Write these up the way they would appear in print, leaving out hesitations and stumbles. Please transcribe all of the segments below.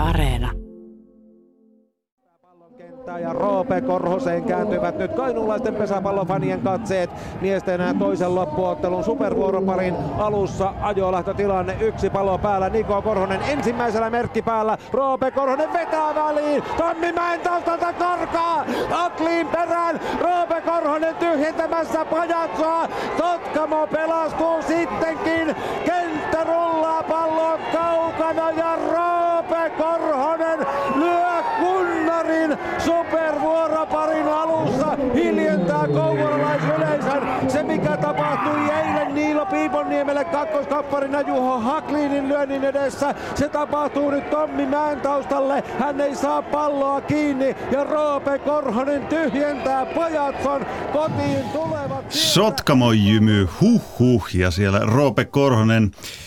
Areena. Ja Roope Korhoseen kääntyvät nyt kainuulaisten pesäpallofanien katseet miesten toisen loppuottelun supervuoroparin alussa. Ajolähtötilanne, yksi pallo päällä, Niko Korhonen ensimmäisellä merkki päällä. Roope Korhonen vetää väliin, Tammimäen taustalta korkaa, Aklin perään, Roope Korhonen tyhjentämässä Pajatsoa. Sotkamo pelastuu sittenkin, kenttä rullaa, pallon kaukana ja Roope Korhonen lyö kunnarin supervuoroparin alussa, hiljentää kouvolaisyleisön. Se mikä tapahtui eilen Niilo Piiponniemelle kakkoskapparina Juho Haklinin lyönnin edessä, se tapahtuu nyt Tommi Mäen taustalle. Hän ei saa palloa kiinni ja Roope Korhonen tyhjentää Pajatson. Kotiin tulevat Sotkamon jymy, ja siellä Roope Korhonen.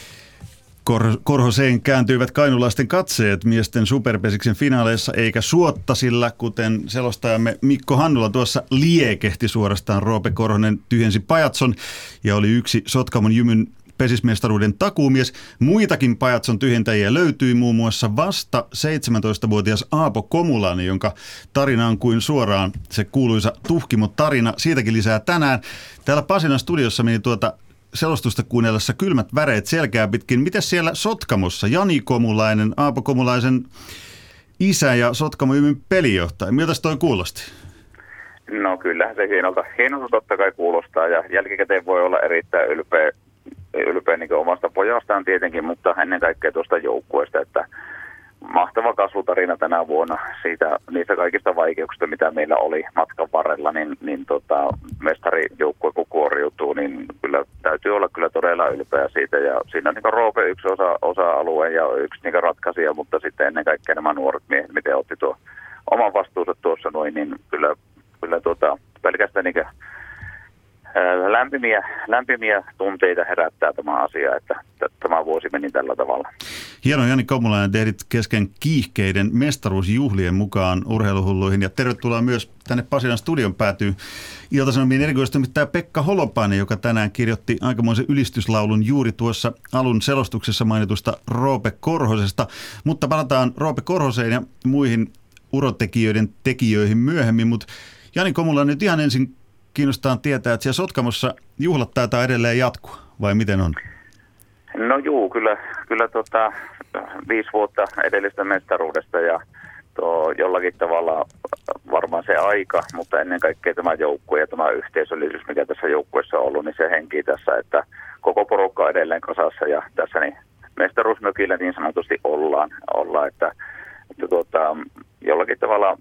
Korhoseen kääntyivät kainulaisten katseet miesten superpesiksen finaaleissa, eikä suotta, sillä kuten selostajamme Mikko Hannula tuossa liekehti suorastaan, Roope Korhonen tyhjensi Pajatson ja oli yksi Sotkamon jymyn pesismestaruuden takuumies. Muitakin Pajatson tyhjentäjiä löytyi, muun muassa vasta 17-vuotias Aapo Komulainen, jonka tarina on kuin suoraan se kuuluisa Tuhkimo-tarina. Siitäkin lisää tänään. Täällä Pasilan studiossa meni selostusta kuunnellessa kylmät väreet selkää pitkin. Mitäs siellä Sotkamossa? Jani Komulainen, Aapo Komulaisen isä ja Sotkamo-jymyn pelijohtaja. Miltäs toi kuulosti? No kyllähän se hienolta totta kai kuulostaa ja jälkikäteen voi olla erittäin ylpeä niin omasta pojastaan tietenkin, mutta ennen kaikkea tuosta joukkueesta, että mahtava kasvutarina tänä vuonna niistä kaikista vaikeuksista, mitä meillä oli matkan varrella, niin mestarijoukkue kun kuoriutuu, niin kyllä täytyy olla kyllä todella ylpeä siitä. Ja siinä on niin Roope yksi osa-alue ja yksi niin ratkaisija, mutta sitten ennen kaikkea nämä nuoret miehet, miten otti tuo oman vastuunsa tuossa noin, niin kyllä pelkästään niin lämpimiä tunteita herättää tämä asia, että tämä vuosi meni tällä tavalla. Hienoa, Jani Komulainen, tehdit kesken kiihkeiden mestaruusjuhlien mukaan urheiluhulluihin ja tervetuloa myös tänne Pasilan studion päätyy Ilta-Sanomien erikoistoimittaja Pekka Holopainen, joka tänään kirjoitti aikamoisen ylistyslaulun juuri tuossa alun selostuksessa mainitusta Roope Korhosesta, mutta palataan Roope Korhoseen ja muihin urotekijöiden tekijöihin myöhemmin, mutta Jani Komulainen, nyt ihan ensin kiinnostaa tietää, että siellä Sotkamossa juhlat taitaa edelleen jatkua, vai miten on? No juu, kyllä 5 vuotta edellistä mestaruudesta ja jollakin tavalla varmaan se aika, mutta ennen kaikkea tämä joukkue ja tämä yhteisöllisyys, mikä tässä joukkueessa on ollut, niin se henkii tässä, että koko porukka on edelleen kasassa ja tässä niin mestaruusmökillä niin sanotusti ollaan että jollakin tavalla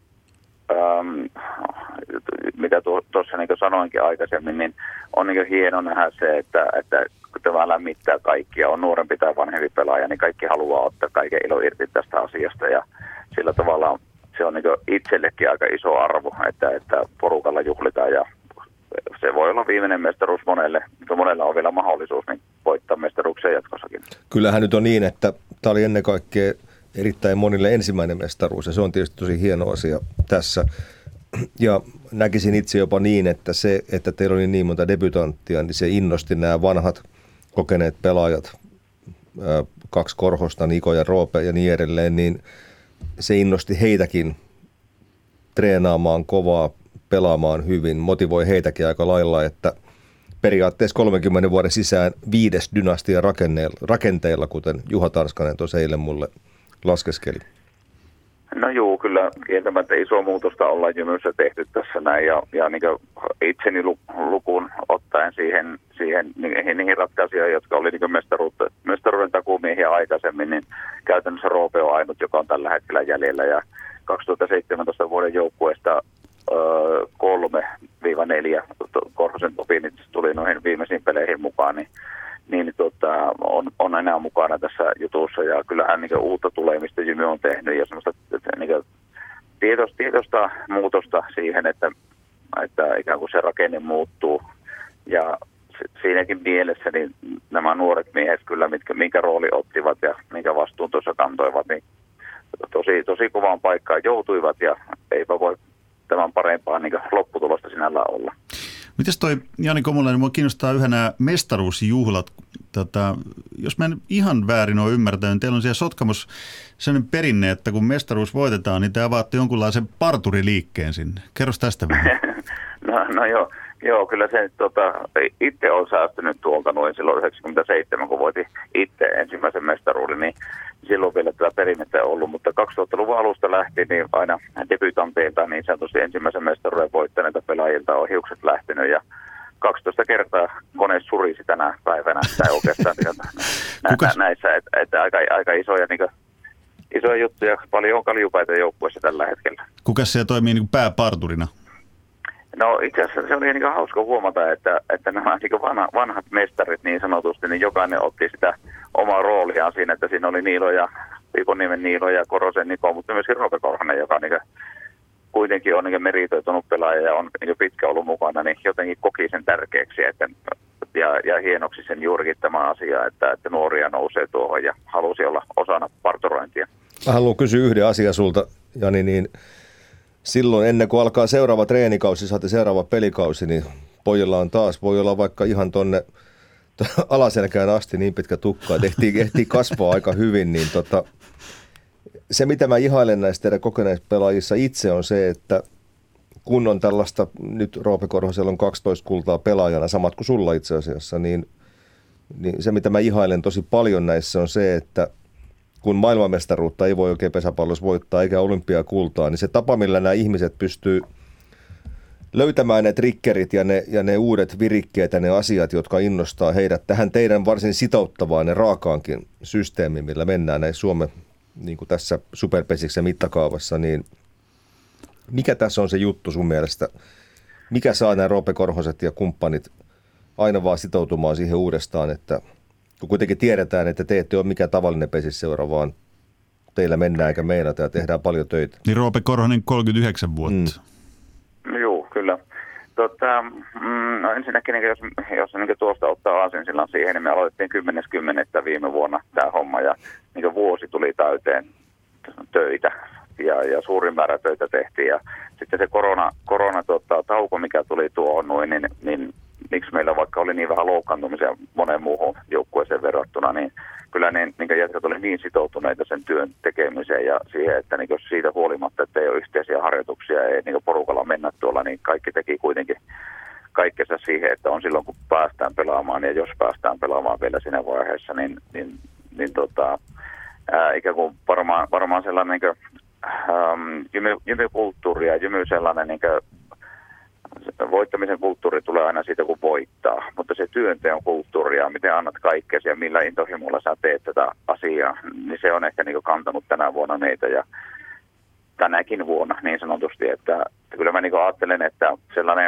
mitä tuossa niin sanoinkin aikaisemmin, niin on niin hieno nähdä se, että kun tämä lämmittää kaikkia, on nuorempi tai vanhempi pelaaja, niin kaikki haluaa ottaa kaiken ilo irti tästä asiasta ja sillä tavalla se on niin itsellekin aika iso arvo, että porukalla juhlitaan ja se voi olla viimeinen mestaruus monella on vielä mahdollisuus niin voittaa mestaruuksia jatkossakin. Kyllähän nyt on niin, että tämä oli ennen kaikkea erittäin monille ensimmäinen mestaruus ja se on tietysti tosi hieno asia tässä. Ja näkisin itse jopa niin, että se, että teillä oli niin monta debutanttia, niin se innosti nämä vanhat kokeneet pelaajat, 2 Korhosta, Niko ja Roope ja niin edelleen, niin se innosti heitäkin treenaamaan kovaa, pelaamaan hyvin, motivoi heitäkin aika lailla, että periaatteessa 30 vuoden sisään 5. dynastian rakenteilla, kuten Juha Tanskanen tuossa eilen mulle laskeskeli. No juu, kyllä kieltämättä iso muutosta ollaan Jymyssä tehty tässä näin ja niin itseni lukuun ottaen niihin ratkaisuja, jotka oli niin mestaruuden takuumiehiä aikaisemmin, niin käytännössä Roope on ainut, joka on tällä hetkellä jäljellä ja 2017 vuoden joukkueesta 3-4 Korhosen Topi niin tuli noihin viimeisiin peleihin mukaan, niin on enää mukana tässä jutussa ja kyllähän niin uutta tulemista Jymy on tehnyt ja semmoista niin tietoista muutosta siihen, että ikään kuin se rakenne muuttuu ja siinäkin mielessä niin nämä nuoret miehet kyllä, minkä rooli ottivat ja minkä vastuun tuossa kantoivat, niin tosi kovaan paikkaan joutuivat ja eipä voi tämän parempaa niin lopputulosta sinällään olla. Mites toi Jani Komulainen, mua kiinnostaa yhä nämä mestaruusjuhlat. Jos mä en ihan väärin ole ymmärtänyt, teillä on siellä Sotkamossa sellainen perinne, että kun mestaruus voitetaan, niin te avaatte jonkunlaisen parturiliikkeen sinne. Kerros tästä vähän. No joo, kyllä se itse on säästynyt tuolta noin silloin 97, kun voitin itse ensimmäisen mestaruuden, niin silloin vielä tätä perinnettä on ollut, mutta 2000-luvun alusta lähtien niin aina debutanteilta niin sanotusti ensimmäisen mestaruuden voittaneilta pelaajilta on hiukset lähtenyt ja 12 kertaa kone surisi tänä päivänä, tai oikeastaan näissä, että aika isoja, isoja juttuja, paljon on kaljupaita joukkueessa tällä hetkellä. Kuka siellä toimii niin kuin pääparturina? No itse asiassa se oli niin hauska huomata, että nämä niin vanhat mestarit niin sanotusti, niin jokainen otti sitä omaa rooliaan siinä, että siinä oli Niilo ja Piikonniemen Niilo ja Korosen Niko, mutta myöskin Roope Korhonen, joka niin kuitenkin on niin meritoitunut pelaaja ja on niin pitkä ollut mukana, niin jotenkin koki sen tärkeäksi ja hienoksi sen juurikin tämä asia, että nuoria nousee tuohon ja halusi olla osana parturointia. Mä haluan kysyä yhden asian sulta, Jani, niin silloin ennen kuin alkaa seuraava treenikausi, saati seuraava pelikausi, niin pojilla on taas, voi olla vaikka ihan tonne alaselkään asti niin pitkä tukka, että ehtii kasvaa aika hyvin, niin se mitä mä ihailen näistä teidän kokonaispelaajissa itse on se, että kun on tällaista, nyt Roope Korhosella on 12 kultaa pelaajana, samat kuin sulla itse asiassa, niin se mitä mä ihailen tosi paljon näissä on se, että kun maailmanmestaruutta ei voi oikein pesäpallossa voittaa eikä olympiakultaa, niin se tapa, millä nämä ihmiset pystyy löytämään ne triggerit ja ne uudet virikkeet ja ne asiat, jotka innostaa heidät tähän teidän varsin sitouttavaan ja raakaankin systeemiin, millä mennään näissä Suomen, niin kuin tässä superpesiksen mittakaavassa, niin mikä tässä on se juttu sun mielestä? Mikä saa nämä Roope Korhoset ja kumppanit aina vaan sitoutumaan siihen uudestaan, että kun kuitenkin tiedetään, että te ette ole mikään tavallinen pesisseura, vaan teillä mennään eikä meinata ja tehdään paljon töitä. Niin Roope Korhonen 39 vuotta. Joo, kyllä. No ensinnäkin, jos tuosta ottaa aasinsillan siihen, niin me aloitettiin 10.10. viime vuonna tämä homma ja vuosi tuli täyteen töitä ja suurin määrä töitä tehtiin ja sitten se korona tauko, mikä tuli tuohon noin, niin miksi meillä vaikka oli niin vähän loukkaantumisia moneen muuhun joukkueeseen verrattuna, niin kyllä ne jätkät oli niin sitoutuneita sen työn tekemiseen ja siihen, että niin siitä huolimatta, että ei ole yhteisiä harjoituksia ja ei niin porukalla mennä tuolla, niin kaikki teki kuitenkin kaikkensa siihen, että on silloin kun päästään pelaamaan ja jos päästään pelaamaan vielä siinä vaiheessa, niin ikään kuin varmaan sellainen jymykulttuuri ja sellainen voittamisen kulttuuri tulee aina siitä, kun voittaa, mutta se työnteon kulttuuri ja miten annat kaikkesi ja millä intohimolla sä teet tätä asiaa, niin se on ehkä kantanut tänä vuonna meitä ja tänäkin vuonna niin sanotusti, että kyllä mä ajattelen, että sellainen,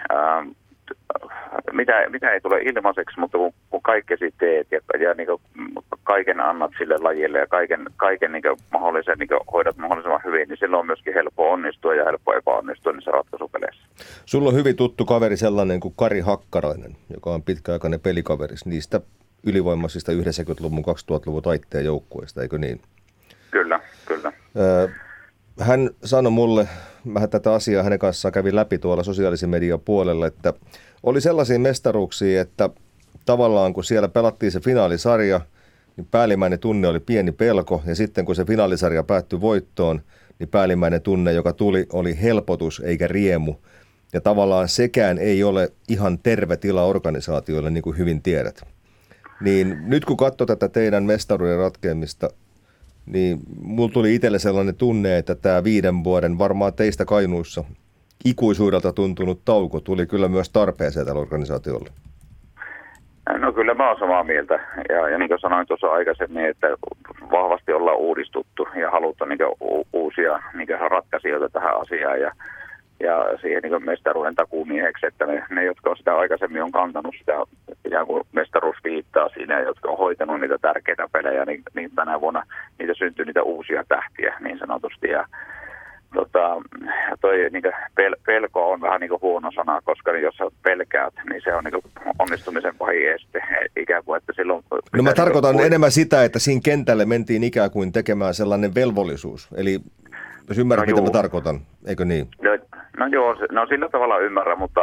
mitä ei tule ilmaiseksi, mutta kun kaikkesi teet ja kaiken annat sille lajille ja kaiken mahdollisen hoidat mahdollisimman hyvin, niin silloin on myöskin helppo onnistua ja helppo epäonnistua niissä ratkaisupeleissä. Sulla on hyvin tuttu kaveri sellainen kuin Kari Hakkarainen, joka on pitkäaikainen pelikaveris niistä ylivoimaisista 90-luvun, 2000-luvun taitteen joukkueista, eikö niin? Kyllä. Hän sanoi mulle, mä tätä asiaa hänen kanssaan kävin läpi tuolla sosiaalisen median puolella, että oli sellaisia mestaruuksia, että tavallaan kun siellä pelattiin se finaalisarja, niin päällimmäinen tunne oli pieni pelko ja sitten kun se finaalisarja päättyi voittoon, niin päällimmäinen tunne, joka tuli, oli helpotus eikä riemu. Ja tavallaan sekään ei ole ihan terve tila organisaatioille, niin kuin hyvin tiedät. Niin nyt kun katsoo tätä teidän mestaruuden ratkeamista, niin mulla tuli itselle sellainen tunne, että tämä 5 vuoden varmaan teistä Kainuussa ikuisuudelta tuntunut tauko tuli kyllä myös tarpeeseen tällä organisaatiolla. No kyllä mä oon samaa mieltä ja niin kuin sanoin tuossa aikaisemmin, että vahvasti ollaan uudistuttu ja halutaan uusia ratkaisijoita tähän asiaan ja siihen mestaruuden takuumieheksi, että ne, jotka on sitä aikaisemmin on kantanut sitä ikään kuin mestaruusviittaa siinä, jotka on hoitanut niitä tärkeitä pelejä, niin tänä vuonna niitä syntyy niitä uusia tähtiä niin sanotusti ja toi pelko on vähän huono sana, koska jos sä pelkäät, niin se on onnistumisen pahin este. Ikään kuin, että silloin no mä tarkoitan enemmän sitä, että siinä kentälle mentiin ikään kuin tekemään sellainen velvollisuus. Eli jos ymmärrät, mitä mä tarkoitan, eikö niin? No joo, sillä tavalla ymmärrän, mutta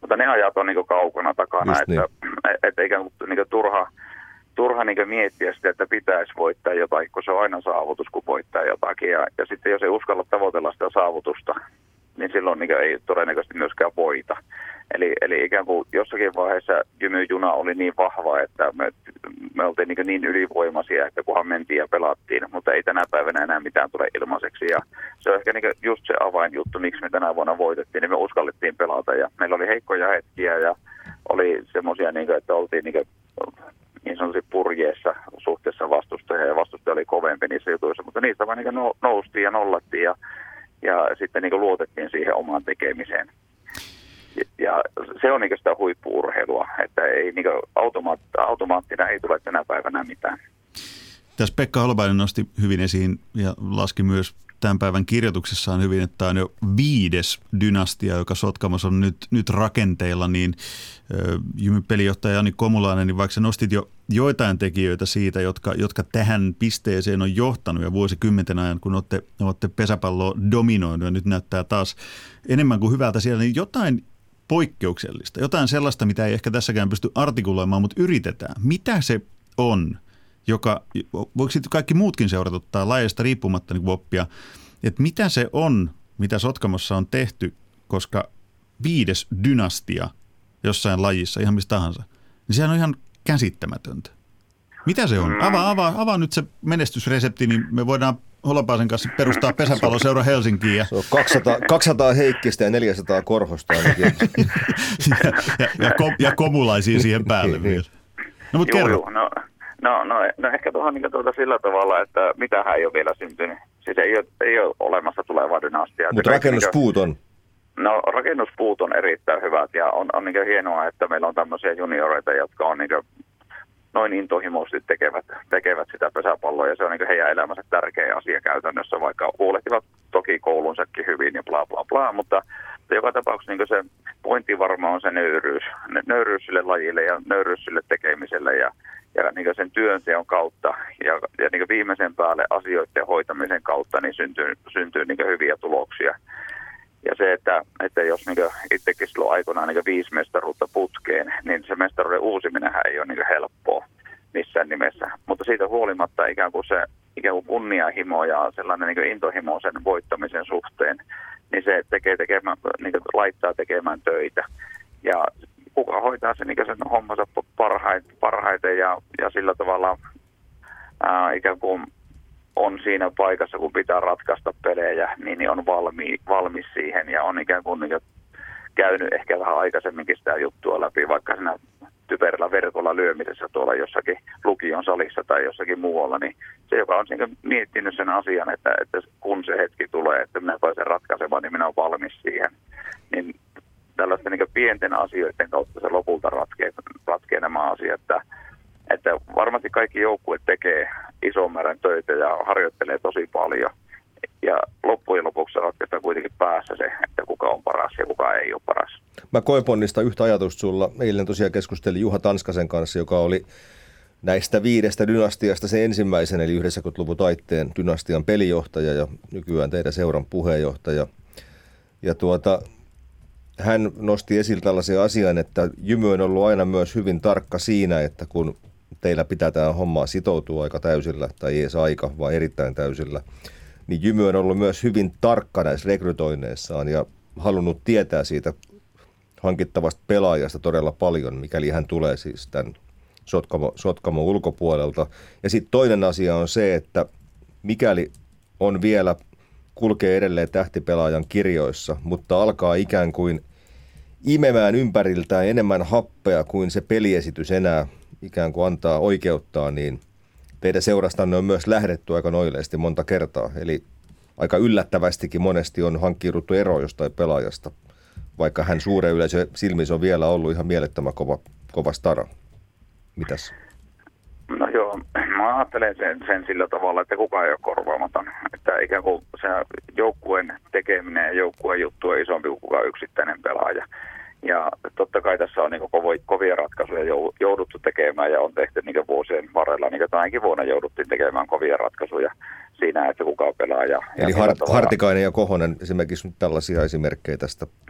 mutta ne ajat on niin kaukana takana, että ikään kuin niin turha niin miettiä sitä, että pitäisi voittaa jotain, kun se on aina saavutus, kun voittaa jotakin. Ja sitten jos ei uskalla tavoitella sitä saavutusta, niin silloin niin ei todennäköisesti myöskään voita. Eli ikään kuin jossakin vaiheessa jymyjuna oli niin vahva, että me oltiin niin ylivoimaisia, että kunhan mentiin ja pelattiin, mutta ei tänä päivänä enää mitään tule ilmaiseksi. Ja se on ehkä niin just se avainjuttu, miksi me tänä vuonna voitettiin, niin me uskallettiin pelata. Ja meillä oli heikkoja hetkiä ja oli semmoisia, että oltiin niin sanotusti purjeessa suhteessa vastustaja ja vastustaja oli kovempi niissä jutuissa, mutta niistä vaan noustiin ja nollattiin ja sitten luotettiin siihen omaan tekemiseen. Ja se on sitä huippu-urheilua, että ei automaattina ei tule tänä päivänä mitään. Tässä Pekka Holopainen nosti hyvin esiin ja laski myös tämän päivän kirjoituksessaan hyvin, että on jo 5. dynastia, joka Sotkamossa on nyt rakenteilla, niin Jymy-pelijohtaja Jani Komulainen, niin vaikka sä nostit jo joitain tekijöitä siitä, jotka tähän pisteeseen on johtanut ja vuosikymmenten ajan, kun olette pesäpalloa dominoinut ja nyt näyttää taas enemmän kuin hyvältä siellä, niin jotain poikkeuksellista, jotain sellaista, mitä ei ehkä tässäkään pysty artikuloimaan, mutta yritetään. Mitä se on, voiko sitten kaikki muutkin seurat ottaa lajeista riippumatta niin oppia, että mitä se on, mitä Sotkamossa on tehty, koska 5. dynastia jossain lajissa, ihan mistä tahansa, niin sehän on ihan käsittämätöntä. Mitä se on? Avaa nyt se menestysresepti, niin me voidaan Holopaisen kanssa perustaa pesäpalloseura Helsinkiin. Ja... Se on 200 Heikkistä ja 400 Korhosta ainakin. ja komulaisia siihen päälle vielä. No mutta kerro. No ehkä tuohon sillä tavalla, että mitähän ei ole vielä syntynyt. Siis ei ole olemassa tulevaa dynastiaa. Mutta rakennuspuut on. No rakennuspuut on erittäin hyvät ja on hienoa, että meillä on tämmöisiä junioreita, jotka on noin intohimoisesti tekevät sitä pesäpalloa ja se on heidän elämänsä tärkeä asia käytännössä, vaikka huolehtivat toki koulunsakin hyvin ja bla bla bla, mutta joka tapauksessa se pointti varmaan on se nöyryys sille lajille ja nöyryys sille tekemiselle ja sen työnteon kautta ja viimeisen päälle asioiden hoitamisen kautta niin syntyy hyviä tuloksia. Ja se, että jos itsekin silloin aikoinaan 5 mestaruutta putkeen, niin se mestaruuden uusiminenhän ei ole helppoa missään nimessä. Mutta siitä huolimatta ikään kuin kunnianhimo ja sellainen intohimo sen voittamisen suhteen, niin se laittaa tekemään töitä. Ja kuka hoitaa sen hommansa parhaiten ja sillä tavalla ikään kuin on siinä paikassa, kun pitää ratkaista pelejä, niin on valmis siihen ja on ikään kuin käynyt ehkä vähän aikaisemminkin sitä juttua läpi, vaikka siinä typerällä verkolla lyömisessä tuolla jossakin lukion salissa tai jossakin muualla, niin se, joka on miettinyt sen asian, että kun se hetki tulee, että minä pääsen ratkaisemaan, niin minä olen valmis siihen, niin tällaisten pienten asioiden kautta se lopulta ratkee nämä asiat, että varmasti kaikki joukkueet tekee ison määrän töitä ja harjoittelee tosi paljon. Ja loppujen lopuksi ratkaistaan kuitenkin päässä se, että kuka on paras ja kuka ei ole paras. Mä koiponnista yhtä ajatusta sulla. Eilen tosiaan keskustelin Juha Tanskasen kanssa, joka oli näistä 5 dynastiasta se ensimmäisen, eli 90-luvun taitteen dynastian pelijohtaja ja nykyään teidän seuran puheenjohtaja. Ja hän nosti esille tällaisen asian, että Jymy on ollut aina myös hyvin tarkka siinä, että kun teillä pitää tähän hommaan sitoutua aika täysillä, tai ei edes aika, vaan erittäin täysillä, niin Jymy on ollut myös hyvin tarkka näissä rekrytoinneissaan ja halunnut tietää siitä hankittavasta pelaajasta todella paljon, mikäli hän tulee siis tämän Sotkamon ulkopuolelta. Ja sitten toinen asia on se, että mikäli on vielä kulkee edelleen tähtipelaajan kirjoissa, mutta alkaa ikään kuin imemään ympäriltään enemmän happea kuin se peliesitys enää ikään kuin antaa oikeuttaa, niin teidän seurastanne on myös lähdetty aika noilleesti monta kertaa. Eli aika yllättävästikin monesti on hankkiuduttu ero jostain pelaajasta, vaikka hän suuren yleisön silmissä on vielä ollut ihan mielettömän kova stara. Mitäs? No joo, mä ajattelen sen sillä tavalla, että kukaan ei ole korvaamaton. Että ikään kuin se joukkueen tekeminen ja joukkueen juttu on isompi kuin kukaan yksittäinen pelaaja. Ja totta kai tässä on kovia ratkaisuja jouduttu tekemään ja on tehty vuosien varrella, tänäkin vuonna jouduttiin tekemään kovia ratkaisuja siinä, että kuka pelaa. Eli Hartikainen ja Kohonen esimerkiksi nyt tällaisia esimerkkejä tästä.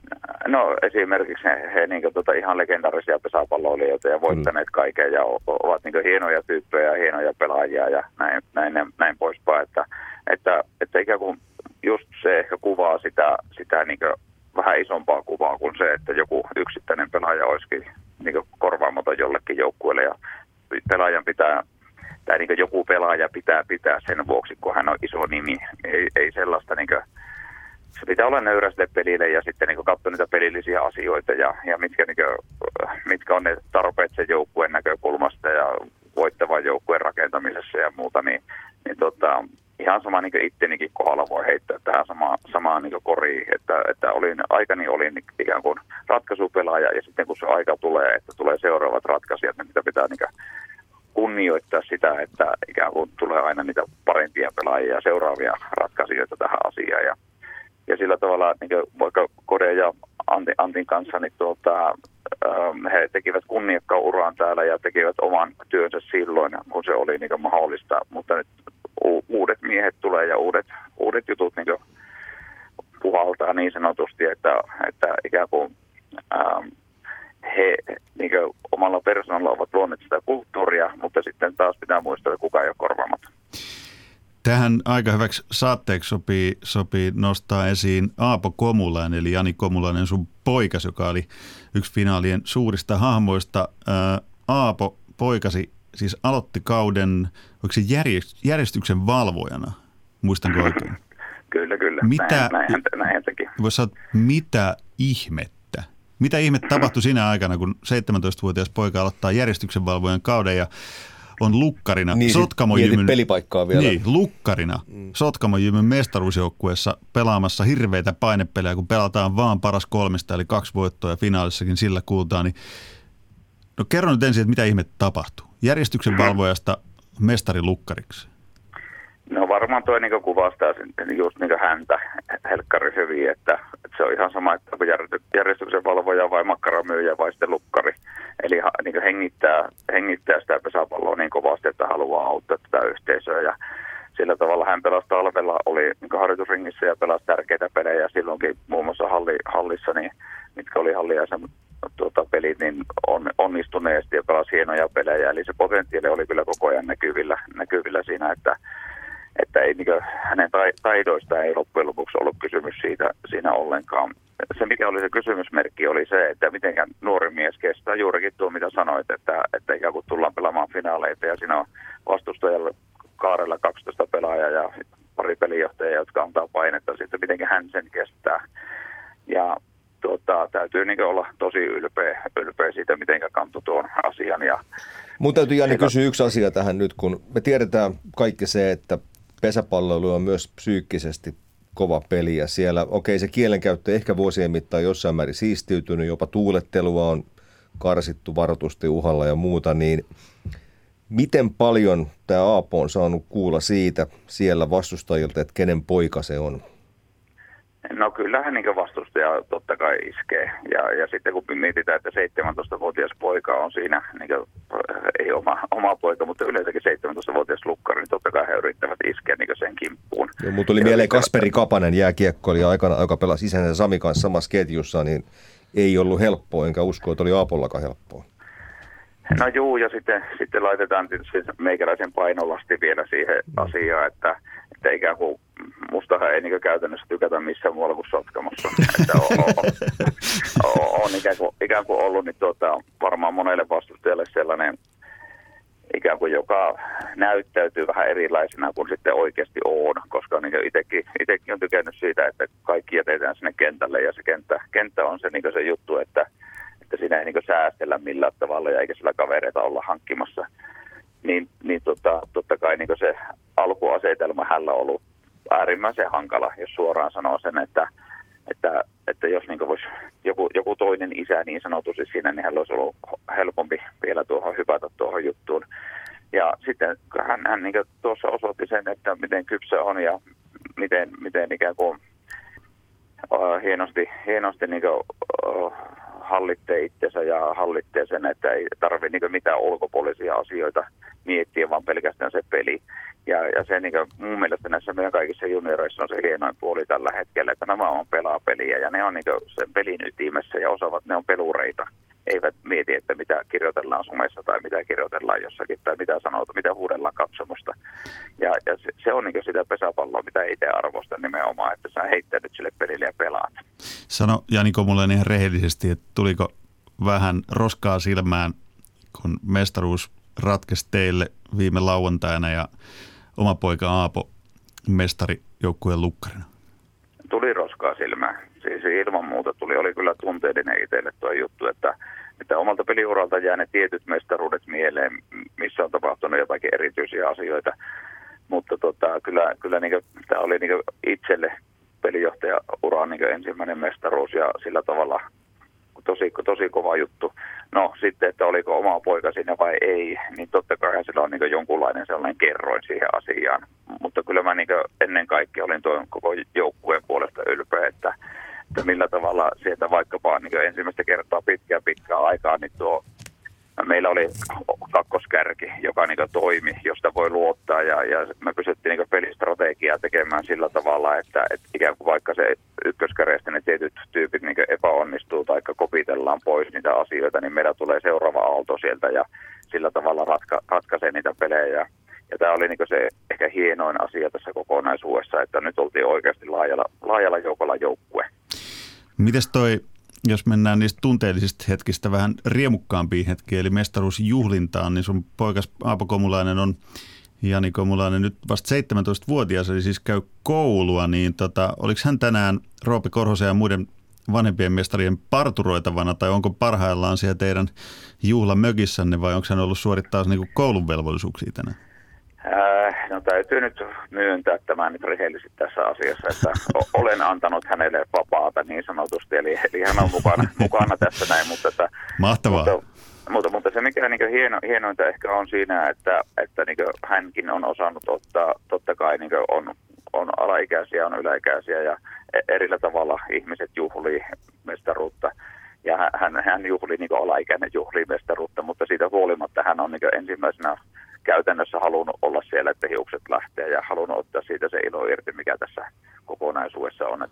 No esimerkiksi he niin kuin, ihan legendaarisia pesäpalloilijoita ja voittaneet kaiken ja ovat niin kuin, hienoja tyyppejä, hienoja pelaajia ja näin poispäin. Että ikään kuin just se ehkä kuvaa sitä niin kuin, vähän isompaa kuvaa kuin se, että joku yksittäinen pelaaja olisikin niin kuin, korvaamaton jollekin joukkueelle ja pelaajan pitää, tai niin kuin, joku pelaaja pitää sen vuoksi, kun hän on iso nimi. Ei sellaista niin kuin, se pitää olla nöyrä sille pelille ja sitten niin katsoa niitä pelillisiä asioita ja mitkä on ne tarpeet sen joukkueen näkökulmasta ja voittavan joukkueen rakentamisessa ja muuta, niin ihan sama niin ittenikin kohdalla voi heittää tähän samaan niin koriin, että aikani olin ikään kuin ratkaisupelaaja ja sitten kun se aika tulee, että tulee seuraavat ratkaisijat, niin niitä pitää niin kunnioittaa sitä, että ikään kuin tulee aina niitä parempia pelaajia ja seuraavia ratkaisijoita tähän asiaan ja sillä tavalla, niin vaikka Kode ja Antin kanssa, niin he tekivät kunniakkaan uran täällä ja tekivät oman työnsä silloin, kun se oli niin mahdollista. Mutta nyt uudet miehet tulee ja uudet jutut niin puhaltaa niin sanotusti, että ikään kuin he niin omalla persoonalla ovat luoneet sitä kulttuuria, mutta sitten taas pitää muistaa, että kukaan ei ole korvaamaton. Tähän aika hyväksi saatteeksi sopii nostaa esiin Aapo Komulainen, eli Jani Komulainen, sun poikas, joka oli yksi finaalien suurista hahmoista. Aapo poikasi siis aloitti kauden, oliko se järjestyksen valvojana, muistanko oikein? Kyllä. Näin teki. Voisi sanoa, mitä ihmettä? Mitä ihmettä tapahtui siinä aikana, kun 17-vuotias poika aloittaa järjestyksen valvojan kauden ja on lukkarina Mietit pelipaikkaa vielä. Niin, lukkarina Sotkamo-Jymyn mestaruusjoukkueessa pelaamassa hirveitä painepelejä, kun pelataan vaan paras kolmesta, eli 2 voittoa ja finaalissakin sillä kuultaan. Niin, no kerro nyt ensin, että mitä ihmettä tapahtuu. Järjestyksen valvojasta mestarin lukkariksi. No varmaan toi niin kuvastaa just niin häntä helkkari hyvin, että se on ihan sama, että onko järjestyksen valvoja vai makkaramyyjä vai sitten lukkari. Eli niin hengittää sitä pesäpalloa niin kovasti, että haluaa auttaa tätä yhteisöä. Ja sillä tavalla hän pelasi talvella, oli niin harjoitusringissä ja pelasi tärkeitä pelejä. Silloinkin muun muassa hallissa, niin, mitkä oli halliaisen pelit, niin onnistuneesti ja pelasi hienoja pelejä. Eli se potentiaali oli kyllä koko ajan näkyvillä siinä, että ei, niin kuin, hänen taidoista ei loppujen lopuksi ollut kysymys siinä ollenkaan. Se, mikä oli se kysymysmerkki, oli se, että mitenkään nuori mies kestää juurikin tuo, mitä sanoit, että ikään kuin tullaan pelaamaan finaaleita ja siinä on vastustajalla kaarella 12 pelaajaa ja pari pelijohtajaa, jotka antaa painetta siitä, miten hän sen kestää. Ja täytyy niin olla tosi ylpeä siitä, miten kantoi tuon asian. Mun täytyy Janne kysyä yksi asia tähän nyt, kun me tiedetään kaikki se, että pesäpalloilu on myös psyykkisesti kova peli ja siellä, se kielenkäyttö ehkä vuosien mittaan jossain määrin siistiytynyt, jopa tuulettelua on karsittu varoitusten uhalla ja muuta, niin miten paljon tämä Aapo on saanut kuulla siitä siellä vastustajilta, että kenen poika se on? No kyllähän niin vastustaja totta kai iskee. Ja sitten kun mietitään, että 17-vuotias poika on siinä, niin ei oma poika, mutta yleensäkin 17-vuotias lukkari, niin totta kai he yrittävät iskeä niin sen kimppuun. Mutta tuli mieleen Kasperi Kapanen, jääkiekkoilija aikana, joka pelasi isänsä Sami kanssa samassa ketjussa, niin ei ollut helppoa, enkä usko, että oli Aapollakaan helppoa. No juu, ja sitten laitetaan meikäläisen painolasti vielä siihen asiaan, että ikään kuin mustahan ei niin käytännössä tykätä missään muualla kuin Sotkamossa. Että on ikään kuin ollut niin varmaan monelle vastustajalle sellainen ikään kuin, joka näyttäytyy vähän erilaisena kuin sitten oikeasti on, koska niin itsekin on tykännyt siitä, että kaikki jätetään sinne kentälle ja se kenttä on se, niin se juttu, että siinä ei niin säästellä millään tavalla ja eikä sillä kavereita olla hankkimassa. Niin totta kai niin se alkuasetelma hänellä on ollut äärimmäisen hankala, jos suoraan sanoo sen, että jos niin voisi joku toinen isä niin sanotusti siinä, niin hänellä olisi ollut helpompi vielä hypätä tuohon juttuun. Ja sitten hän niin tuossa osoitti sen, että miten kypsä on ja miten ikään kuin hienosti niin hallitsee itsensä ja hallitsee sen, että ei tarvitse niin mitään ulkopuolisia asioita miettiä, vaan pelkästään se peli. Ja se niin mun mielestä näissä meidän kaikissa junioreissa on se hienoin puoli tällä hetkellä, että nämä on pelaa-peliä ja ne on niin sen pelin ytimessä ja osaavat, ne on pelureita. Eivät mieti, että mitä kirjoitellaan somessa tai mitä kirjoitellaan jossakin tai mitä sanotaan, mitä huudellaan katsomusta. Ja se on niin sitä pesäpalloa, mitä itse arvostan nimenomaan, että sä heittänyt sille pelille ja pelaat. Sano Jani Komulainen ihan rehellisesti, että tuliko vähän roskaa silmään, kun mestaruus ratkesi teille viime lauantaina ja oma poika Aapo mestarijoukkueen lukkarina? Tuli roskaa silmään. Siis ilman muuta tuli. Oli kyllä tunteellinen itselle tuo juttu, että omalta peliuralta jää ne tietyt mestaruudet mieleen, missä on tapahtunut jotakin erityisiä asioita. Mutta kyllä tämä oli itselle pelijohtajauran ensimmäinen mestaruus ja sillä tavalla tosi kova juttu. No sitten, että oliko oma poika siinä vai ei, niin totta kai sillä on jonkunlainen sellainen kerroin siihen asiaan. Mutta kyllä mä ennen kaikkea olin tuon koko joukkueen puolesta ylpeä, että millä tavalla sieltä vaikkapa ensimmäistä kertaa pitkään aikaa, niin meillä oli kakkoskärki, joka toimi, josta voi luottaa ja me pystyttiin pelistrategiaa tekemään sillä tavalla, että ikään kuin vaikka se ykköskärjestä ne tietyt tyypit epäonnistuu tai kopitellaan pois niitä asioita, niin meillä tulee seuraava aalto sieltä ja sillä tavalla ratkaisee niitä pelejä. Ja tämä oli se ehkä hienoin asia tässä kokonaisuudessa, että nyt oltiin oikeasti laajalla joukolla joukkue. Mites jos mennään niistä tunteellisista hetkistä vähän riemukkaampiin hetkiin, eli mestaruusjuhlintaan, niin sun poikas Aapo Komulainen on, Jani Komulainen, nyt vasta 17-vuotias, eli siis käy koulua, niin oliko hän tänään Roope Korhosen ja muiden vanhempien mestarien parturoitavana, tai onko parhaillaan siellä teidän juhlamökissänne, vai onko hän ollut suorittaa koulun velvollisuuksia tänään? No täytyy nyt myöntää tämän nyt rehellisesti tässä asiassa, että olen antanut hänelle vapaata niin sanotusti, eli hän on mukana tässä näin, mutta mahtavaa. Mutta se mikä hienointa ehkä on siinä, että hänkin on osannut ottaa, totta kai on alaikäisiä, on yläikäisiä ja erillä tavalla ihmiset juhlii mestaruutta. Ja hän juhlii alaikäinen juhlii mestaruutta, mutta siitä huolimatta hän on ensimmäisenä käytännössä halunnut olla siellä, että hiukset lähtee ja halunnut ottaa siitä se ilo irti, mikä tässä kokonaisuudessa on.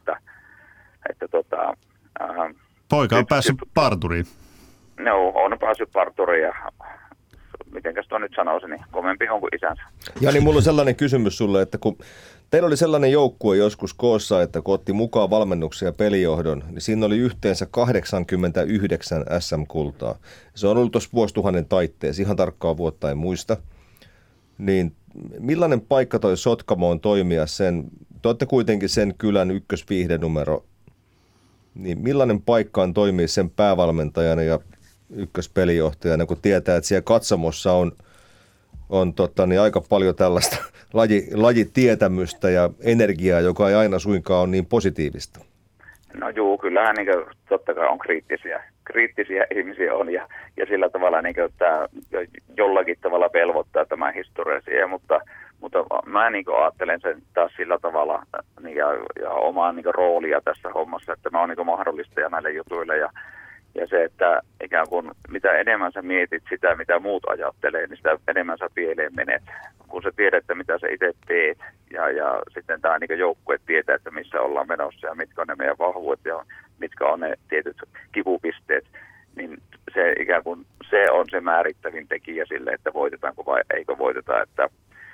Poika on päässyt parturiin. No, on päässyt parturiin ja mitenkäs tuo nyt sanoisi, niin kovempi on kuin isänsä. Jani, mulla on sellainen kysymys sulle, että kun teillä oli sellainen joukkue joskus koossa, että kun otti mukaan valmennuksia ja pelijohdon, niin siinä oli yhteensä 89 SM-kultaa. Se on ollut tuossa vuosituhannen taitteessa, ihan tarkkaa vuotta en muista. Niin millainen paikka toi Sotkamoon toimia sen, te olette kuitenkin sen kylän ykkösviihdenumero, niin millainen paikka on toimia sen päävalmentajana ja ykköspelijohtajana, kun tietää, että siellä katsomossa on aika paljon tällaista lajitietämystä ja energiaa, joka ei aina suinkaan ole niin positiivista. No juu, kyllähän totta kai on kriittisiä ihmisiä on ja sillä tavalla tämä jollakin tavalla velvoittaa tämä historia siihen, mutta mä ajattelen sen taas sillä tavalla ja omaa roolia tässä hommassa, että mä oon mahdollistaja näille jutuille ja se, että ikään kuin mitä enemmän sä mietit sitä, mitä muut ajattelee, niin sitä enemmän sä pieleen menet. Kun sä tiedät, että mitä sä itse teet ja sitten tämä joukkue tietää, että missä ollaan menossa ja mitkä on ne meidän vahvuudet ja mitkä on ne tietyt kipupisteet, niin se ikään kuin se on se määrittävin tekijä sille, että voitetaanko vai eikö voiteta. Että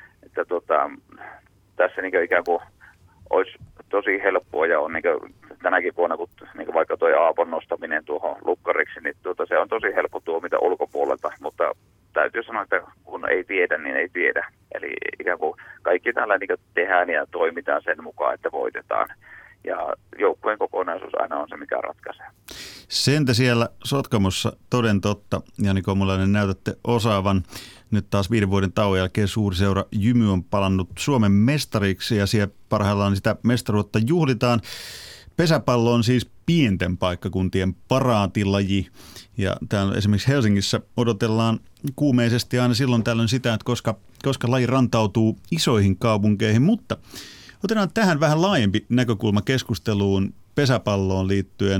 tässä ikään kuin olisi tosi helppoa ja on tänäkin vuonna, kun vaikka tuo Aapon nostaminen tuohon lukkariksi, niin se on tosi helppo tuomita ulkopuolelta, mutta täytyy sanoa, että kun ei tiedä, niin ei tiedä. Eli ikään kuin kaikki täällä tehdään ja toimitaan sen mukaan, että voitetaan. Ja joukkueen kokonaisuus aina on se, mikä ratkaisee. Sen te siellä Sotkamossa toden totta, Jani Komulainen, näytätte osaavan. Nyt taas 5 vuoden tauon jälkeen suuri seura Jymy on palannut Suomen mestariksi ja siellä parhaillaan sitä mestaruutta juhlitaan. Pesäpallo on siis pienten paikkakuntien paraatilaji ja täällä esimerkiksi Helsingissä odotellaan kuumeisesti aina silloin tällöin sitä, että koska laji rantautuu isoihin kaupunkeihin, mutta otetaan tähän vähän laajempi näkökulma keskusteluun pesäpalloon liittyen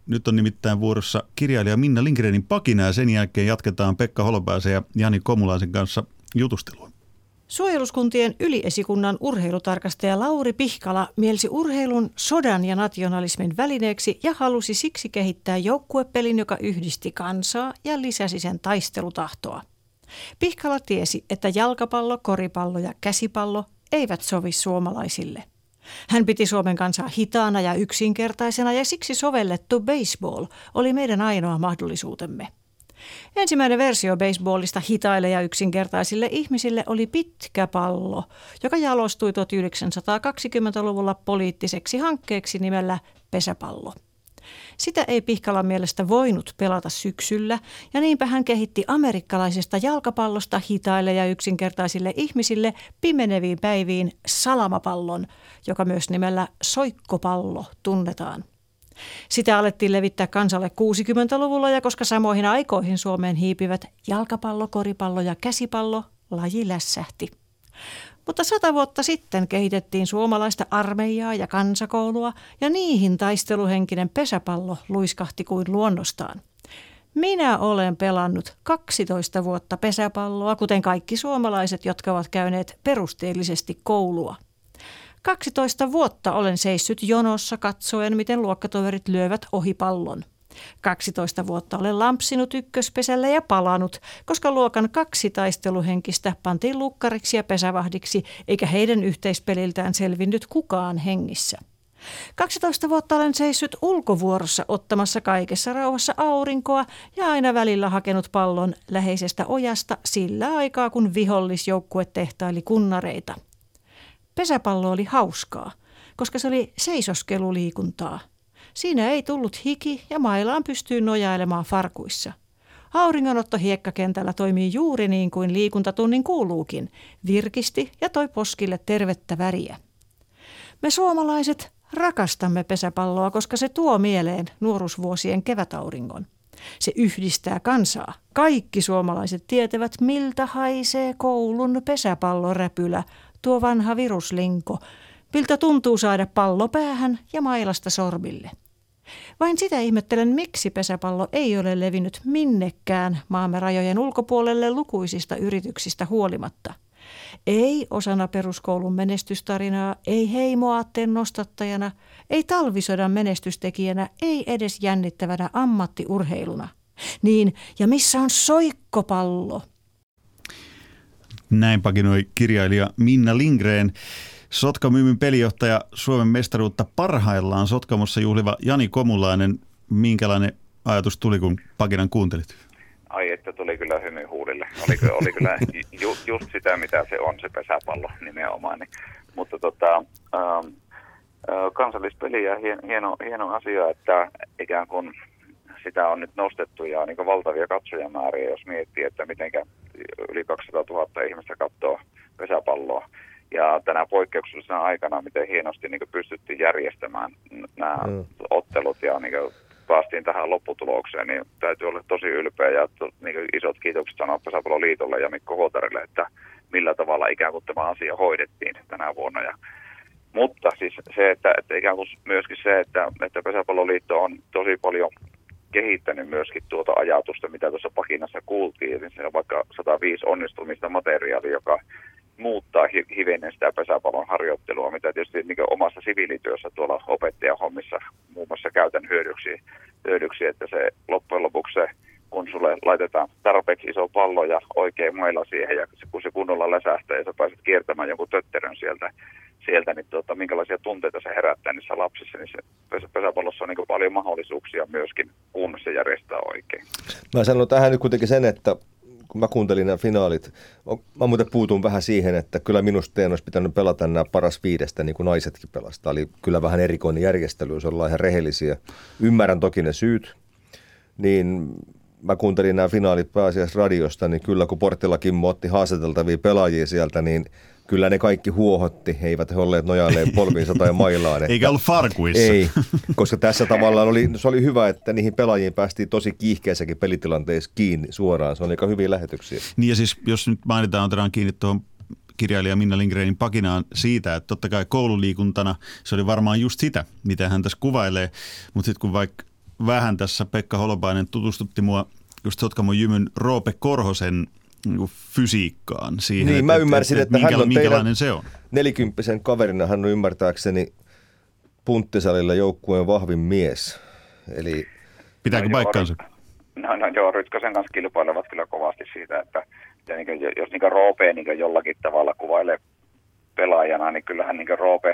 Nyt on nimittäin vuorossa kirjailija Minna Lindgrenin pakina ja sen jälkeen jatketaan Pekka Holopaisen ja Jani Komulaisen kanssa jutustelua. Suojeluskuntien yliesikunnan urheilutarkastaja Lauri Pihkala mielsi urheilun sodan ja nationalismin välineeksi ja halusi siksi kehittää joukkuepelin, joka yhdisti kansaa ja lisäsi sen taistelutahtoa. Pihkala tiesi, että jalkapallo, koripallo ja käsipallo eivät sovi suomalaisille. Hän piti Suomen kansaa hitaana ja yksinkertaisena ja siksi sovellettu baseball oli meidän ainoa mahdollisuutemme. Ensimmäinen versio baseballista hitaille ja yksinkertaisille ihmisille oli pitkä pallo, joka jalostui 1920-luvulla poliittiseksi hankkeeksi nimellä pesäpallo. Sitä ei Pihkalan mielestä voinut pelata syksyllä ja niinpä hän kehitti amerikkalaisesta jalkapallosta hitaille ja yksinkertaisille ihmisille pimeneviin päiviin salamapallon, joka myös nimellä soikkopallo tunnetaan. Sitä alettiin levittää kansalle 60-luvulla ja koska samoihin aikoihin Suomeen hiipivät jalkapallo, koripallo ja käsipallo, laji lässähti. Mutta 100 vuotta sitten kehitettiin suomalaista armeijaa ja kansakoulua ja niihin taisteluhenkinen pesäpallo luiskahti kuin luonnostaan. Minä olen pelannut 12 vuotta pesäpalloa, kuten kaikki suomalaiset, jotka ovat käyneet perusteellisesti koulua. 12 vuotta olen seissyt jonossa katsoen, miten luokkatoverit lyövät ohi pallon. 12 vuotta olen lampsinut ykköspesällä ja palannut, koska luokan 2 taisteluhenkistä pantiin lukkariksi ja pesävahdiksi, eikä heidän yhteispeliltään selvinnyt kukaan hengissä. 12 vuotta olen seissyt ulkovuorossa ottamassa kaikessa rauhassa aurinkoa ja aina välillä hakenut pallon läheisestä ojasta sillä aikaa, kun vihollisjoukkue tehtaili kunnareita. Pesäpallo oli hauskaa, koska se oli seisoskeluliikuntaa. Siinä ei tullut hiki ja mailaan pystyy nojailemaan farkuissa. Auringonotto hiekkakentällä toimii juuri niin kuin liikuntatunnin kuuluukin, virkisti ja toi poskille tervettä väriä. Me suomalaiset rakastamme pesäpalloa, koska se tuo mieleen nuoruusvuosien kevätauringon. Se yhdistää kansaa. Kaikki suomalaiset tietävät, miltä haisee koulun pesäpalloräpylä, tuo vanha viruslinko, miltä tuntuu saada pallo päähän ja mailasta sormille. Vain sitä ihmettelen, miksi pesäpallo ei ole levinnyt minnekään maamme rajojen ulkopuolelle lukuisista yrityksistä huolimatta. Ei osana peruskoulun menestystarinaa, ei heimoaatteen nostattajana, ei talvisodan menestystekijänä, ei edes jännittävänä ammattiurheiluna. Niin, ja missä on soikkopallo? Näin pakinoi kirjailija Minna Lindgren. Sotkamyymyn pelijohtaja Suomen mestaruutta parhaillaan Sotkamossa juhliva Jani Komulainen. Minkälainen ajatus tuli, kun pakinan kuuntelit? Ai, että tuli kyllä hymy huulille. Oli kyllä just sitä, mitä se on, se pesäpallo nimenomaan. Mutta kansallispeli ja hieno asia, että ikään kuin sitä on nyt nostettu ja niin valtavia katsojamääriä, jos miettii, että mitenkä yli 200 000 ihmistä katsoo pesäpalloa. Ja tänä poikkeuksellisena aikana, miten hienosti niin pystyttiin järjestämään nämä ottelut ja niin päästiin tähän lopputulokseen, niin täytyy olla tosi ylpeä ja niin isot kiitokset sanoa Pesäpalloliitolle ja Mikko Huotarille, että millä tavalla ikään kuin tämä asia hoidettiin tänä vuonna. Mutta siis se, että ikään kuin myöskin se, että Pesäpalloliitto on tosi paljon kehittänyt myöskin tuota ajatusta, mitä tuossa pakinassa kuultiin. Eli se on vaikka 105 onnistumista materiaalia, joka muuttaa hivenen sitä pesäpallon harjoittelua, mitä tietysti niin omassa siviilityössä tuolla opettajahommissa muun muassa käytän hyödyksi, että se loppujen lopuksi se, kun sulle laitetaan tarpeeksi iso pallo ja oikein maila siihen ja kun se kunnolla läsähtää ja sä pääset kiertämään jonkun tötterön sieltä niin minkälaisia tunteita se herättää niissä lapsissa, niin se pesäpallossa on niin paljon mahdollisuuksia myöskin, kun se järjestää oikein. Mä sanon tähän nyt kuitenkin sen, että kun mä kuuntelin nämä finaalit, mä muuten puutun vähän siihen, että kyllä minusta teidän olisi pitänyt pelata nämä paras 5, niin kuin naisetkin pelasivat. Tämä oli kyllä vähän erikoinen järjestely, jos ollaan ihan rehellisiä. Ymmärrän toki ne syyt, niin mä kuuntelin nämä finaalit pääasiassa radiosta, niin kyllä kun Porttilakin otti haastateltavia pelaajia sieltä, niin kyllä ne kaikki huohotti, he eivät he olleet nojalleen polviinsa tai mailaan. Eikä ollut farkuissa. Ei, koska tässä tavallaan se oli hyvä, että niihin pelaajiin päästiin tosi kiihkeissäkin pelitilanteissa kiinni suoraan. Se on aika hyviä lähetyksiä. Niin ja siis jos nyt mainitaan, otetaan kiinni tuohon kirjailija Minna Lindgrenin pakinaan siitä, että totta kai koululiikuntana se oli varmaan just sitä, mitä hän tässä kuvailee, mutta sitten kun vaikka vähän tässä Pekka Holopainen tutustutti mua just Sotkamon Jymyn Roope Korhosen fysiikkaan siihen, niin, mä ymmärsin, että hän on minkälainen se on. 40-vuotiaan kaverina, hän on ymmärtääkseni punttisalilla joukkueen vahvin mies. Eli pitääkö paikkaansa? No joo, Rytkösen kanssa kilpailevat kyllä kovasti siitä, että niin jos niin Roope niin jollakin tavalla kuvailee pelaajana, niin kyllähän niin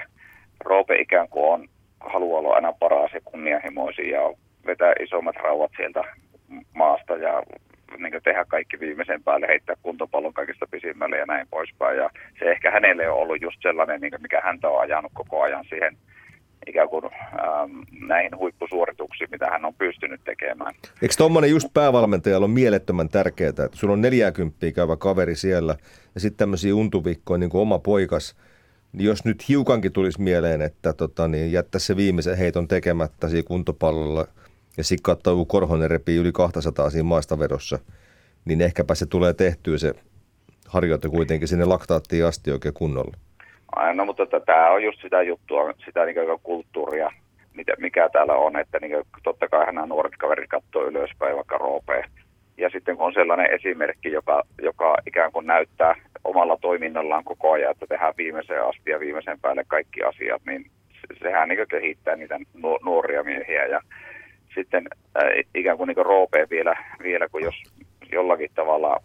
Roope ikään kuin on, haluaa olla aina paras ja kunnianhimoisin ja vetää isommat rauhat sieltä maasta ja niin tehdä kaikki viimeisen päälle, heittää kuntopallon kaikista pisimmälle ja näin poispäin. Ja se ehkä hänelle on ollut just sellainen, niin mikä häntä on ajanut koko ajan siihen ikään kuin näihin huippusuorituksiin, mitä hän on pystynyt tekemään. Eikö tuommoinen just päävalmentajalla on mielettömän tärkeää, että sulla on 40 käyvä kaveri siellä ja sitten tämmöisiä untuvikkoja niin kuin oma poikas, niin jos nyt hiukankin tulisi mieleen, että jättäisi se viimeisen heiton tekemättä siinä kuntopallolla ja sikkauttaa Korhonen repii yli 200 siinä maastavedossa, niin ehkäpä se tulee tehtyä se harjoite kuitenkin sinne laktaattiin asti oikein kunnolla. No mutta tämä on just sitä juttua, sitä niin kulttuuria, mikä täällä on, että niin totta kai nämä nuoret kaverit katsoo ylöspäin vaikka Roopeen. Ja sitten kun on sellainen esimerkki, joka ikään kuin näyttää omalla toiminnallaan koko ajan, että tehdään viimeiseen asti ja viimeisen päälle kaikki asiat, niin sehän niin kehittää niitä nuoria miehiä. Ja sitten ikään kuin Roopeen vielä, kun jos jollakin tavalla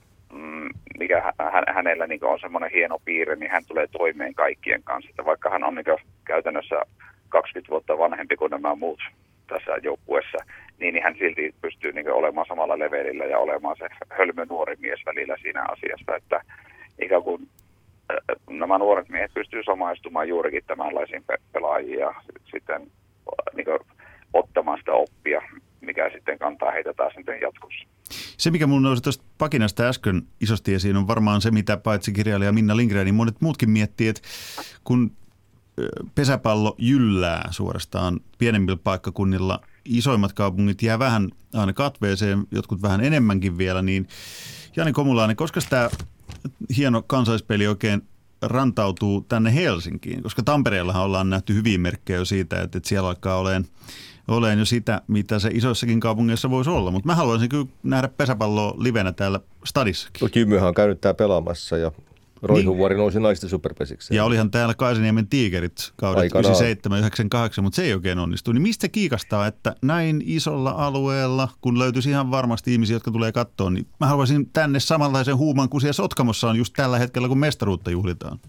mikä hänellä niin on semmoinen hieno piirre, niin hän tulee toimeen kaikkien kanssa. Että vaikka hän on niin käytännössä 20 vuotta vanhempi kuin nämä muut tässä joukkueessa, niin hän silti pystyy niin olemaan samalla levelillä ja olemaan se hölmö nuori mies välillä siinä asiassa. Että ikään kuin nämä nuoret miehet pystyy samaistumaan juurikin tämänlaisiin pelaajiin ja sitten niin ottamaan sitä oppia, mikä sitten kantaa heitä taas sitten jatkossa. Se, mikä minulla nousi tuosta pakinasta äsken isosti esiin, on varmaan se, mitä paitsi kirjailija Minna Lindgren, niin monet muutkin miettii, että kun pesäpallo jyllää suorastaan pienemmillä paikkakunnilla, isoimmat kaupungit jää vähän aina katveeseen, jotkut vähän enemmänkin vielä, niin Jani Komulainen, koska tämä hieno kansallispeli oikein rantautuu tänne Helsinkiin, koska Tampereellahan ollaan nähty hyviä merkkejä jo siitä, että siellä alkaa olemaan jo sitä, mitä se isoissakin kaupungeissa voisi olla. Mutta mä haluaisin kyllä nähdä pesäpalloa livenä täällä stadissakin. Jymyhän on käynyt täällä pelaamassa ja Roihuvuori nousi naisten superpesiksi. Ja olihan täällä Kaisaniemen Tiikerit kaudet 97-98, mutta se ei oikein onnistu. Niin mistä kiikastaa, että näin isolla alueella, kun löytyisi ihan varmasti ihmisiä, jotka tulee katsoa, niin mä haluaisin tänne samanlaisen huuman kuin siellä Sotkamossa on just tällä hetkellä, kun mestaruutta juhlitaan.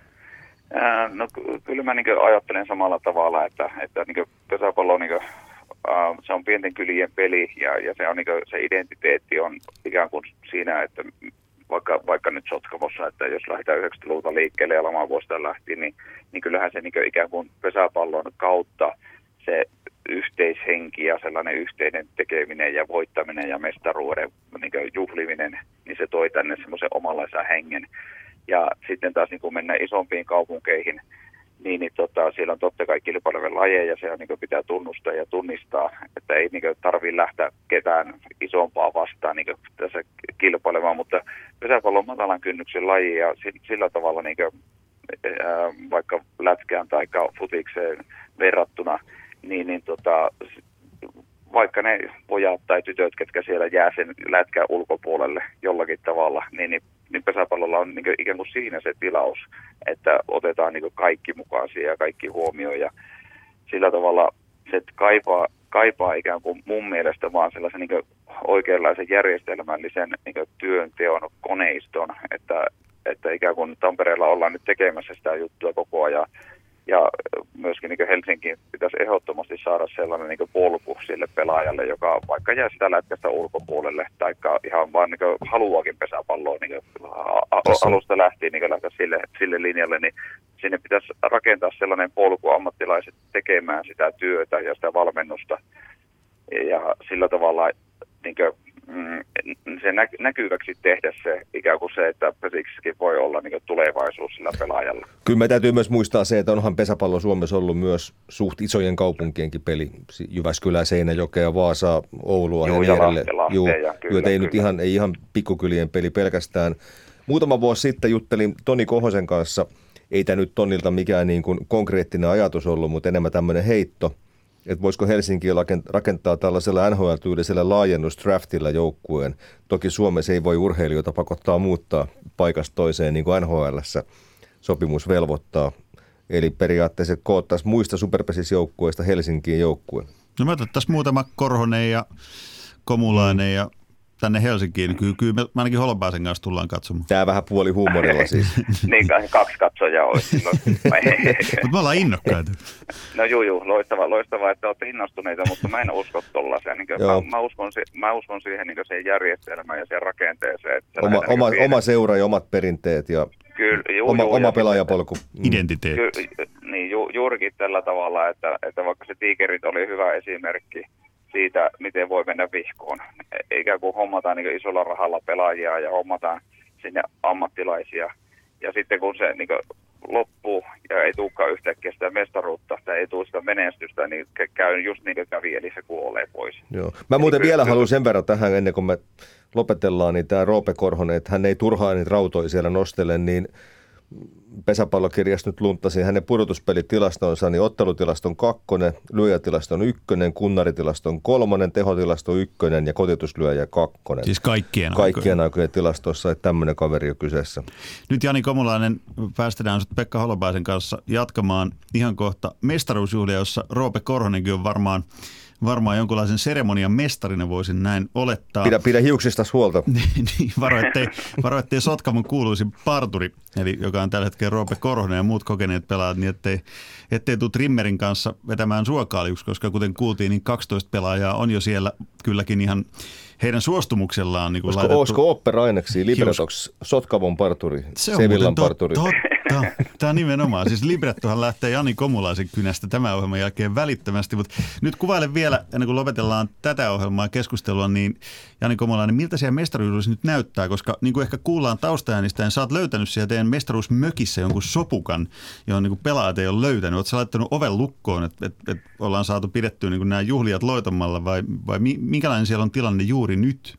No kyllä mä ajattelen samalla tavalla, että pesäpallo se on pienten kylien peli ja se on se identiteetti on ikään kuin siinä, että vaikka nyt Sotkamossa, että jos lähdetään 90-luvulta liikkeelle ja lamavuosista lähtien, niin kyllähän se ikään kuin pesäpallon kautta se yhteishenki ja sellainen yhteinen tekeminen ja voittaminen ja mestaruuden juhliminen, niin se toi tänne semmoisen omanlaisen hengen. Ja sitten taas kun mennään isompiin kaupunkeihin, niin siellä on totta kai kilpailevia lajeja, se pitää tunnustaa ja tunnistaa, että ei tarvitse lähteä ketään isompaa vastaan tässä kilpailemaan, mutta pesäpallo on matalan kynnyksen laji ja sillä tavalla vaikka lätkään tai futikseen verrattuna, vaikka ne pojat tai tytöt, ketkä siellä jää sen lätkän ulkopuolelle jollakin tavalla, niin pesäpallolla on ikään kuin siinä se tilaus, että otetaan kaikki mukaan siihen ja kaikki huomioon. Ja sillä tavalla se kaipaa ikään kuin mun mielestä vaan sellaisen oikeanlaisen järjestelmällisen työnteon koneiston, että ikään kuin Tampereella ollaan nyt tekemässä sitä juttua koko ajan. Ja myöskin Helsinkiin pitäisi ehdottomasti saada sellainen polku sille pelaajalle, joka vaikka jää sitä lätkästä ulkopuolelle, tai ihan vaan haluaakin pesäpalloa alusta lähtien lähteä sille linjalle, niin sinne pitäisi rakentaa sellainen polku ammattilaiset tekemään sitä työtä ja sitä valmennusta. Ja sillä tavalla se näkyväksi tehdä se ikään kuin se, että pesiksikin voi olla tulevaisuus sillä pelaajalla. Kyllä me täytyy myös muistaa se, että onhan pesäpallo Suomessa ollut myös suht isojen kaupunkienkin peli. Jyväskylää, Seinäjokea, Vaasaa, Oulua ja niin edelleen. Ei ihan pikkukylien peli pelkästään. Muutama vuosi sitten juttelin Toni Kohosen kanssa. Ei tämä nyt Tonilta mikään niin kuin konkreettinen ajatus ollut, mutta enemmän tämmöinen heitto. että voisiko Helsinki rakentaa tällaisella NHL-tyylisellä laajennusdraftilla joukkueen. Toki Suomessa ei voi urheilijoita pakottaa muuttaa paikasta toiseen, niin kuin NHL:ssä sopimus velvoittaa. Eli periaatteessa koottaisiin muista superpesisjoukkueista Helsinkiin joukkueen. No me otettaisiin muutama Korhonen ja Komulainen ja tänne Helsinkiin. Kyllä me ainakin Holopaisen kanssa tullaan katsomaan. Tää vähän puoli huumorilla siis. Niin, 2 katsojaa olisi. Mutta me ollaan innokkaita. No juu, loistavaa, että olette innostuneita, mutta mä en usko tollaiseen. Niin mä uskon siihen niin siihen järjestelmään ja siihen rakenteeseen. Että oma seura ja omat perinteet ja oma pelaajapolku. Identiteetti. Niin, juurikin tällä tavalla, että vaikka se Tigerit oli hyvä esimerkki siitä, miten voi mennä vihkoon. Ikään kuin hommataan niin isolla rahalla pelaajia ja hommataan sinne ammattilaisia. Ja sitten kun se niin loppuu ja ei tulekaan yhtäkkiä sitä mestaruutta tai ei tule sitä menestystä, niin käy just niin kuin kävi, eli se kuolee pois. Joo. Mä muuten vielä haluan sen verran tähän, ennen kuin me lopetellaan, niin tämä Roope Korhonen, että hän ei turhaan niitä rautoja siellä nostele, niin pesäpallokirjasta nyt lunttasin hänen pudotuspelitilastonsa, niin ottelutilaston 2, lyöjätilaston 1, kunnaritilaston 3, tehotilaston 1 ja kotituslyöjä 2. Siis kaikkien aikojen tilastoissa, että tämmöinen kaveri on kyseessä. Nyt Jani Komulainen, päästetään sut Pekka Holopaisen kanssa jatkamaan ihan kohta mestaruusjuhlia, jossa Roope Korhonenkin on varmaan jonkunlaisen seremonian mestarina, voisin näin olettaa. Pidä hiuksistas huolta. Niin, varo ettei Sotkamon kuuluisin parturi, eli joka on tällä hetkellä Roope Korhonen ja muut kokeneet pelaajat, niin ettei tule trimmerin kanssa vetämään suokaaliuksi, koska kuten kuultiin, niin 12 pelaajaa on jo siellä kylläkin ihan heidän suostumuksellaan. Niin olisiko Opperaineksi, Libretox, Sotkamon parturi, Sevillan parturi? Tämä nimenomaan. Siis librettohan lähtee Jani Komulaisen kynästä tämän ohjelman jälkeen välittömästi, mutta nyt kuvaile vielä, ennen kuin lopetellaan tätä ohjelmaa keskustelua, niin Jani Komulainen, miltä siellä mestaruus nyt näyttää, koska niin kuin ehkä kuullaan taustaäänistä, niin sä oot löytänyt siellä teidän mestaruusmökissä jonkun sopukan, johon niin kuin pelaajat ei ole löytänyt. Ootko sä laittanut oven lukkoon, että ollaan saatu pidettyä niin kuin nämä juhlijat loitomalla vai minkälainen siellä on tilanne juuri nyt?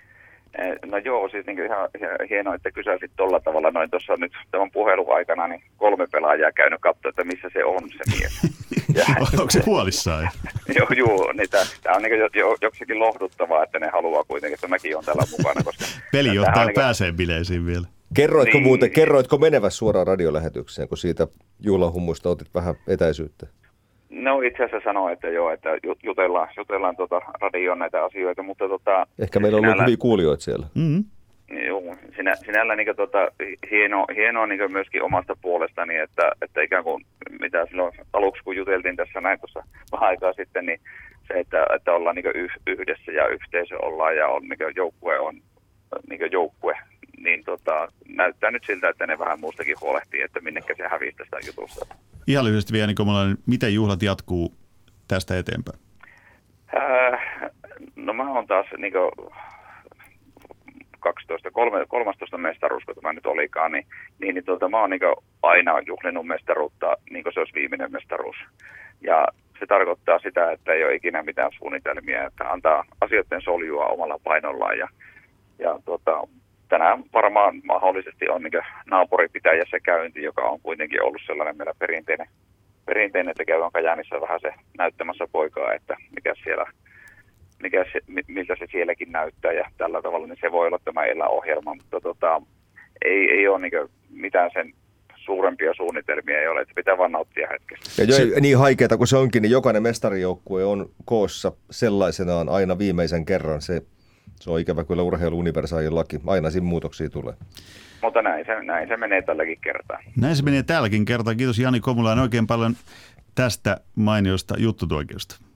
No joo, siis niin ihan hienoa, että kysäisit tuolla tavalla. Noin tuossa nyt tämän puhelun aikana niin 3 pelaajaa käynyt katsoa, että missä se on se mies. Onko se huolissaan? Joo, niin tämä on niin joksikin lohduttavaa, että ne haluaa kuitenkin, että mäkin olen täällä mukana. Koska pelijohtaja pääsee bileisiin vielä. Kerroitko menevässä suoraan radiolähetykseen, kun siitä juhlahummuista otit vähän etäisyyttä? No itse asiassa sanoo, että joo, että jutellaan radioon näitä asioita, mutta ehkä meillä on ollut hyviä kuulijoita siellä. Mm-hmm. Joo, sinällä niin hienoa niin myöskin omasta puolestani, että ikään kuin mitä silloin aluksi kun juteltiin tässä näin tuossa vähän aikaa sitten, niin se, että ollaan niin yhdessä ja yhteisö ollaan ja on niin joukkue on niin joukkue, niin näyttää nyt siltä, että ne vähän muustakin huolehtii, että minnekä se hävisi tästä jutusta. Ihan lyhyesti vielä, niin miten juhlat jatkuu tästä eteenpäin? No mä oon taas niin 13 mestaruus, kun tämä nyt olikaan, niin mä oon niin aina juhlinut mestaruutta, niin kuin se olisi viimeinen mestaruus. Ja se tarkoittaa sitä, että ei ole ikinä mitään suunnitelmia, että antaa asioiden soljua omalla painollaan. Ja tänään varmaan mahdollisesti on niin naapuripitäjässä käynti, joka on kuitenkin ollut sellainen meillä perinteinen, että käydään Kajaanissa vähän se näyttämässä poikaa, että miltä se sielläkin näyttää ja tällä tavalla, niin se voi olla tämä eläohjelma, mutta ei ole niin mitään sen suurempia suunnitelmia ei ole, että pitää vaan nauttia hetkestä. Ja niin haikeata kuin se onkin, niin jokainen mestarijoukkue on koossa sellaisenaan aina viimeisen kerran. Se on ikävä kyllä urheilu-universaalin laki. Aina siinä muutoksia tulee. Mutta näin se menee tälläkin kertaa. Näin se menee tälläkin kertaa. Kiitos Jani Komulainen oikein paljon tästä mainiosta juttutuokiosta.